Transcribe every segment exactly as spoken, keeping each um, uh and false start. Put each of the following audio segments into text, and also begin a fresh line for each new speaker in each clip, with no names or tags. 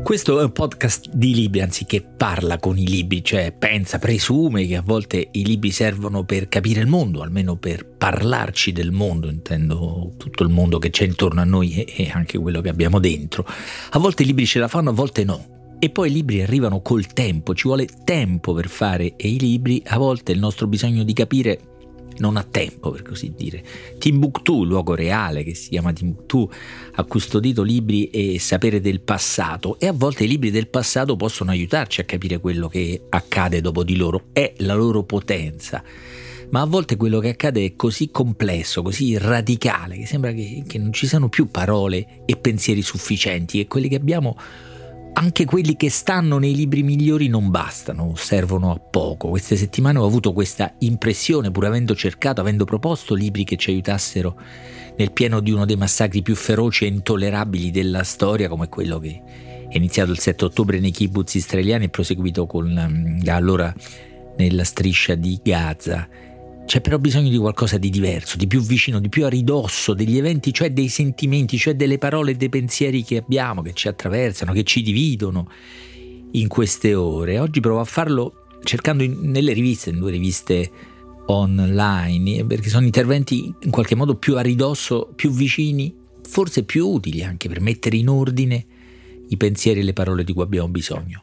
Questo è un podcast di libri, anzi che parla con i libri, cioè pensa, presume che a volte i libri servono per capire il mondo, almeno per parlarci del mondo, intendo tutto il mondo che c'è intorno a noi e, e anche quello che abbiamo dentro. A volte i libri ce la fanno, a volte no. E poi i libri arrivano col tempo, ci vuole tempo per fare e i libri, a volte il nostro bisogno di capire non ha tempo, per così dire. Timbuktu, luogo reale che si chiama Timbuktu, ha custodito libri e sapere del passato, e a volte i libri del passato possono aiutarci a capire quello che accade dopo di loro, è la loro potenza. Ma a volte quello che accade è così complesso, così radicale, che sembra che, che non ci siano più parole e pensieri sufficienti, e quelli che abbiamo, anche quelli che stanno nei libri migliori, non bastano, servono a poco. Queste settimane ho avuto questa impressione, pur avendo cercato, avendo proposto libri che ci aiutassero nel pieno di uno dei massacri più feroci e intollerabili della storia, come quello che è iniziato il sette ottobre nei kibbutz israeliani e proseguito con, da allora nella striscia di Gaza. C'è però bisogno di qualcosa di diverso, di più vicino, di più a ridosso degli eventi, cioè dei sentimenti, cioè delle parole e dei pensieri che abbiamo, che ci attraversano, che ci dividono in queste ore. Oggi provo a farlo cercando in, nelle riviste, in due riviste online, perché sono interventi in qualche modo più a ridosso, più vicini, forse più utili anche per mettere in ordine i pensieri e le parole di cui abbiamo bisogno.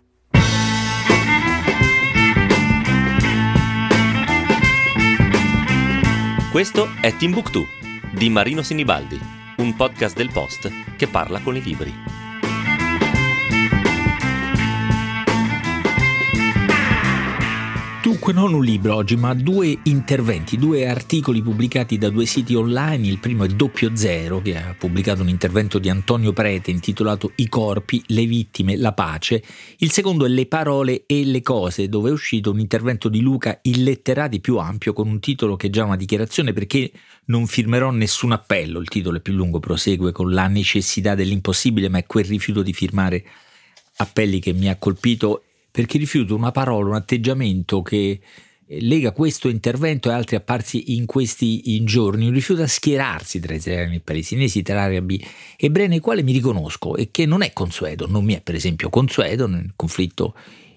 Questo è Timbuktu di Marino Sinibaldi, un podcast del Post che parla con i libri.
Dunque non un libro oggi, ma due interventi, due articoli pubblicati da due siti online. Il primo è Doppio Zero, che ha pubblicato un intervento di Antonio Prete intitolato I corpi, le vittime, la pace. Il secondo è Le parole e le cose, dove è uscito un intervento di Luca Illetterati più ampio, con un titolo che è già una dichiarazione, perché non firmerò nessun appello. Il titolo è più lungo, prosegue con la necessità dell'impossibile, ma è quel rifiuto di firmare appelli che mi ha colpito, perché rifiuto una parola, un atteggiamento che lega questo intervento e altri apparsi in questi in giorni, un rifiuto a schierarsi tra israeliani e palestinesi, tra arabi e ebrei, nei quali mi riconosco e che non è consueto, non mi è per esempio consueto nel conflitto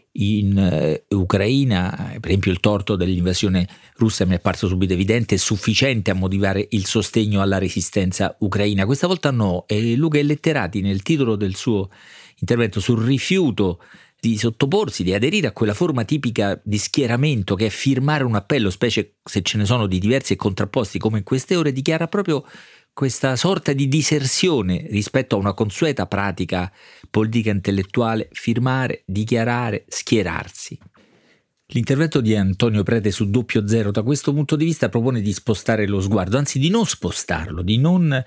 in uh, Ucraina. Per esempio il torto dell'invasione russa mi è apparso subito evidente e sufficiente a motivare il sostegno alla resistenza ucraina. Questa volta no, e Luca Illetterati nel titolo del suo intervento sul rifiuto di sottoporsi, di aderire a quella forma tipica di schieramento che è firmare un appello, specie se ce ne sono di diversi e contrapposti come in queste ore, dichiara proprio questa sorta di diserzione rispetto a una consueta pratica politica intellettuale: firmare, dichiarare, schierarsi. L'intervento di Antonio Prete su Doppio Zero da questo punto di vista propone di spostare lo sguardo, anzi di non spostarlo, di non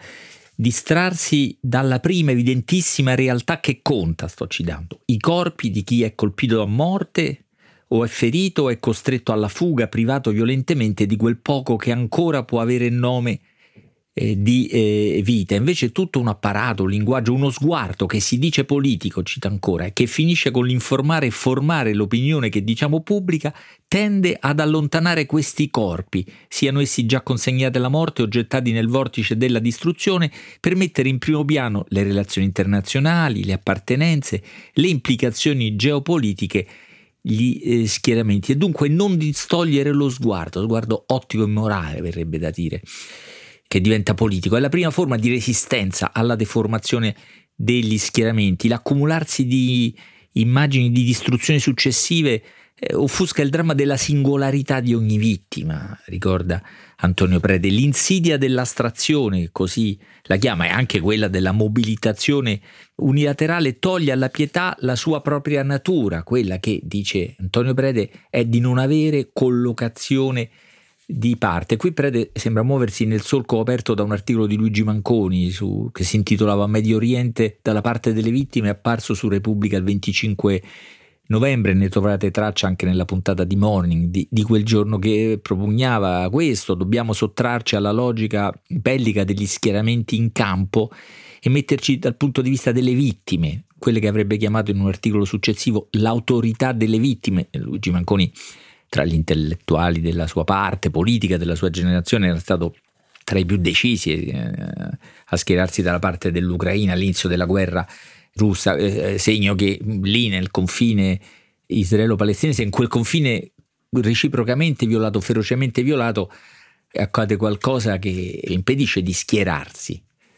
distrarsi dalla prima evidentissima realtà che conta, sto citando, i corpi di chi è colpito da morte o è ferito o è costretto alla fuga, privato violentemente di quel poco che ancora può avere nome eh, di eh, vita. Invece tutto un apparato, un linguaggio, uno sguardo che si dice politico, cita ancora, e che finisce con l'informare e formare l'opinione che diciamo pubblica, tende ad allontanare questi corpi, siano essi già consegnati alla morte o gettati nel vortice della distruzione, per mettere in primo piano le relazioni internazionali, le appartenenze, le implicazioni geopolitiche, gli eh, schieramenti, e dunque non distogliere lo sguardo, lo sguardo ottico e morale verrebbe da dire, che diventa politico. È la prima forma di resistenza alla deformazione degli schieramenti. L'accumularsi di immagini di distruzioni successive eh, offusca il dramma della singolarità di ogni vittima, ricorda Antonio Prete. L'insidia dell'astrazione, così la chiama, e anche quella della mobilitazione unilaterale, toglie alla pietà la sua propria natura, quella che, dice Antonio Prete, è di non avere collocazione di parte. Qui Prete sembra muoversi nel solco aperto da un articolo di Luigi Manconi su, che si intitolava Medio Oriente dalla parte delle vittime, apparso su Repubblica il venticinque novembre. Ne trovate traccia anche nella puntata di Morning di, di quel giorno, che propugnava questo: dobbiamo sottrarci alla logica bellica degli schieramenti in campo e metterci dal punto di vista delle vittime, quelle che avrebbe chiamato in un articolo successivo l'autorità delle vittime. Luigi Manconi, tra gli intellettuali della sua parte politica, della sua generazione, era stato tra i più decisi eh, a schierarsi dalla parte dell'Ucraina all'inizio della guerra russa, eh, segno che lì nel confine israelo-palestinese, in quel confine reciprocamente violato, ferocemente violato, accade qualcosa che impedisce di schierarsi.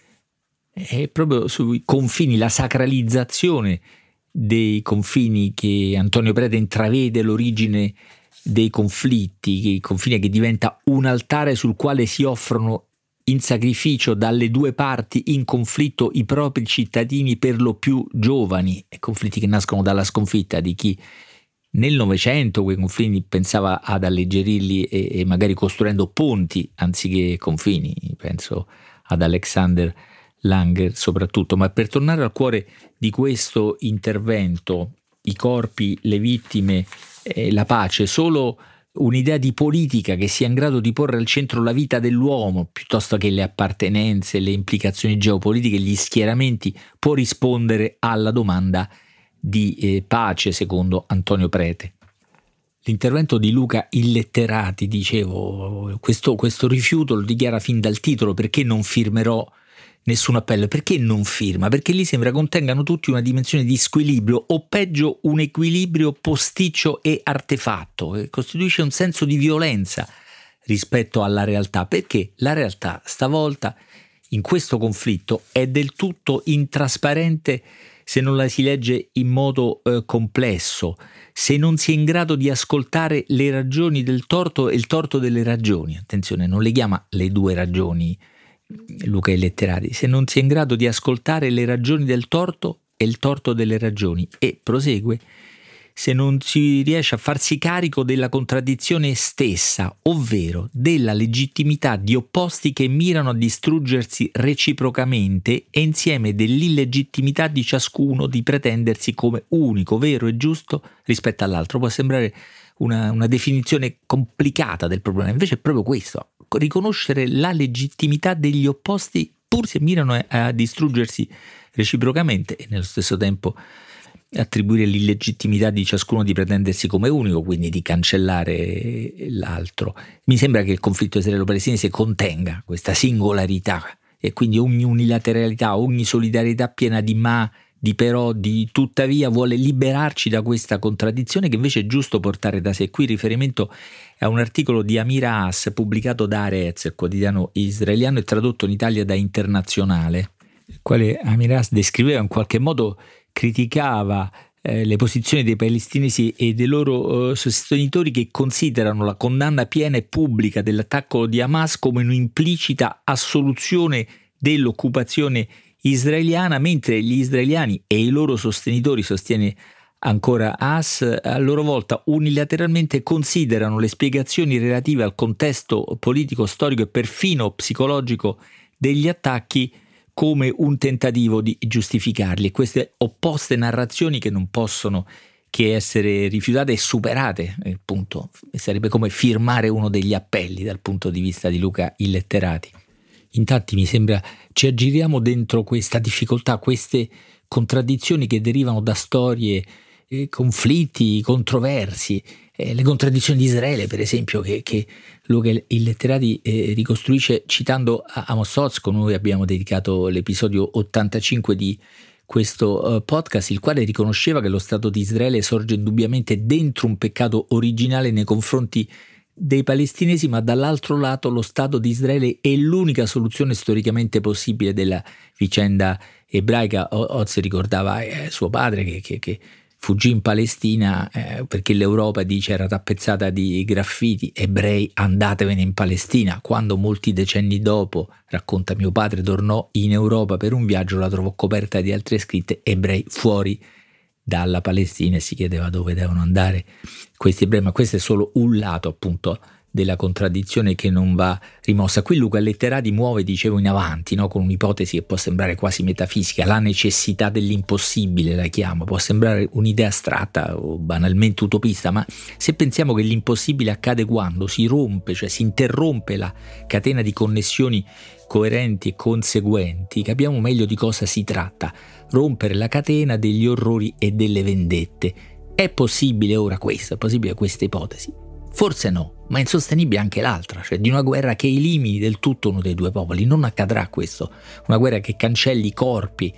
È proprio sui confini, la sacralizzazione dei confini, che Antonio Prete intravede l'origine dei conflitti, il confine che diventa un altare sul quale si offrono in sacrificio dalle due parti in conflitto i propri cittadini, per lo più giovani, conflitti che nascono dalla sconfitta di chi nel Novecento quei confini pensava ad alleggerirli e, e magari costruendo ponti anziché confini. Penso ad Alexander Langer soprattutto. Ma per tornare al cuore di questo intervento, i corpi, le vittime, eh, la pace, solo un'idea di politica che sia in grado di porre al centro la vita dell'uomo piuttosto che le appartenenze, le implicazioni geopolitiche, gli schieramenti, può rispondere alla domanda di eh, pace, secondo Antonio Prete. L'intervento di Luca Illetterati, dicevo, questo, questo rifiuto lo dichiara fin dal titolo: perché non firmerò nessun appello. Perché non firma? Perché lì sembra contengano tutti una dimensione di squilibrio, o peggio un equilibrio posticcio e artefatto, che costituisce un senso di violenza rispetto alla realtà, perché la realtà stavolta in questo conflitto è del tutto intrasparente se non la si legge in modo eh, complesso, se non si è in grado di ascoltare le ragioni del torto e il torto delle ragioni. Attenzione, non le chiama le due ragioni Luca Illetterati, se non si è in grado di ascoltare le ragioni del torto e il torto delle ragioni, e prosegue, se non si riesce a farsi carico della contraddizione stessa, ovvero della legittimità di opposti che mirano a distruggersi reciprocamente, e insieme dell'illegittimità di ciascuno di pretendersi come unico, vero e giusto rispetto all'altro. Può sembrare una, una definizione complicata del problema, invece è proprio questo: riconoscere la legittimità degli opposti pur se mirano a, a distruggersi reciprocamente, e nello stesso tempo attribuire l'illegittimità di ciascuno di pretendersi come unico, quindi di cancellare l'altro. Mi sembra che il conflitto israelo-palestinese contenga questa singolarità, e quindi ogni unilateralità, ogni solidarietà piena di ma, di però, di tuttavia vuole liberarci da questa contraddizione che invece è giusto portare da sé. Qui riferimento a un articolo di Amir Haas pubblicato da Haaretz, il quotidiano israeliano, e tradotto in Italia da Internazionale, il quale Amir Haas descriveva, in qualche modo criticava eh, le posizioni dei palestinesi e dei loro eh, sostenitori, che considerano la condanna piena e pubblica dell'attacco di Hamas come un'implicita assoluzione dell'occupazione israeliana, mentre gli israeliani e i loro sostenitori, sostiene ancora Haas, a loro volta unilateralmente considerano le spiegazioni relative al contesto politico, storico e perfino psicologico degli attacchi come un tentativo di giustificarli. E queste opposte narrazioni, che non possono che essere rifiutate e superate, appunto, sarebbe come firmare uno degli appelli dal punto di vista di Luca Illetterati. Intanto mi sembra ci aggiriamo dentro questa difficoltà, queste contraddizioni che derivano da storie, eh, conflitti, controversi, eh, le contraddizioni di Israele, per esempio, che, che Luca Illetterati eh, ricostruisce citando Amos Oz. Noi abbiamo dedicato l'episodio ottantacinque di questo uh, podcast, il quale riconosceva che lo Stato di Israele sorge indubbiamente dentro un peccato originale nei confronti dei palestinesi, ma dall'altro lato lo Stato di Israele è l'unica soluzione storicamente possibile della vicenda ebraica. Oz ricordava eh, suo padre che, che, che fuggì in Palestina eh, perché l'Europa, dice, era tappezzata di graffiti: ebrei, andatevene in Palestina. Quando molti decenni dopo, racconta mio padre, tornò in Europa per un viaggio, la trovò coperta di altre scritte: ebrei fuori dalla Palestina, e si chiedeva dove devono andare questi ebrei. Ma questo è solo un lato, appunto, della contraddizione che non va rimossa. Qui Luca Illetterati muove, dicevo, in avanti, no? Con un'ipotesi che può sembrare quasi metafisica, la necessità dell'impossibile, la chiamo, può sembrare un'idea astratta o banalmente utopista, ma se pensiamo che l'impossibile accade quando si rompe, cioè si interrompe la catena di connessioni coerenti e conseguenti, capiamo meglio di cosa si tratta: rompere la catena degli orrori e delle vendette. È possibile ora questo? È possibile questa ipotesi? Forse no, ma è insostenibile anche l'altra, cioè di una guerra che elimini del tutto uno dei due popoli. Non accadrà questo, una guerra che cancelli i corpi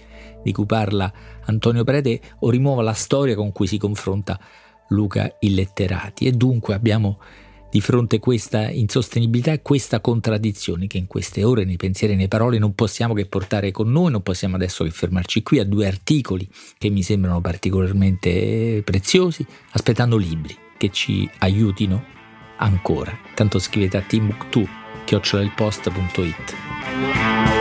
di cui parla Antonio Prete o rimuova la storia con cui si confronta Luca Illetterati. E dunque abbiamo di fronte questa insostenibilità e questa contraddizione che in queste ore, nei pensieri e nei parole, non possiamo che portare con noi. Non possiamo adesso che fermarci qui a due articoli che mi sembrano particolarmente preziosi, aspettando libri che ci aiutino ancora. Tanto scrivete a timbuktu chiocciola il post punto it.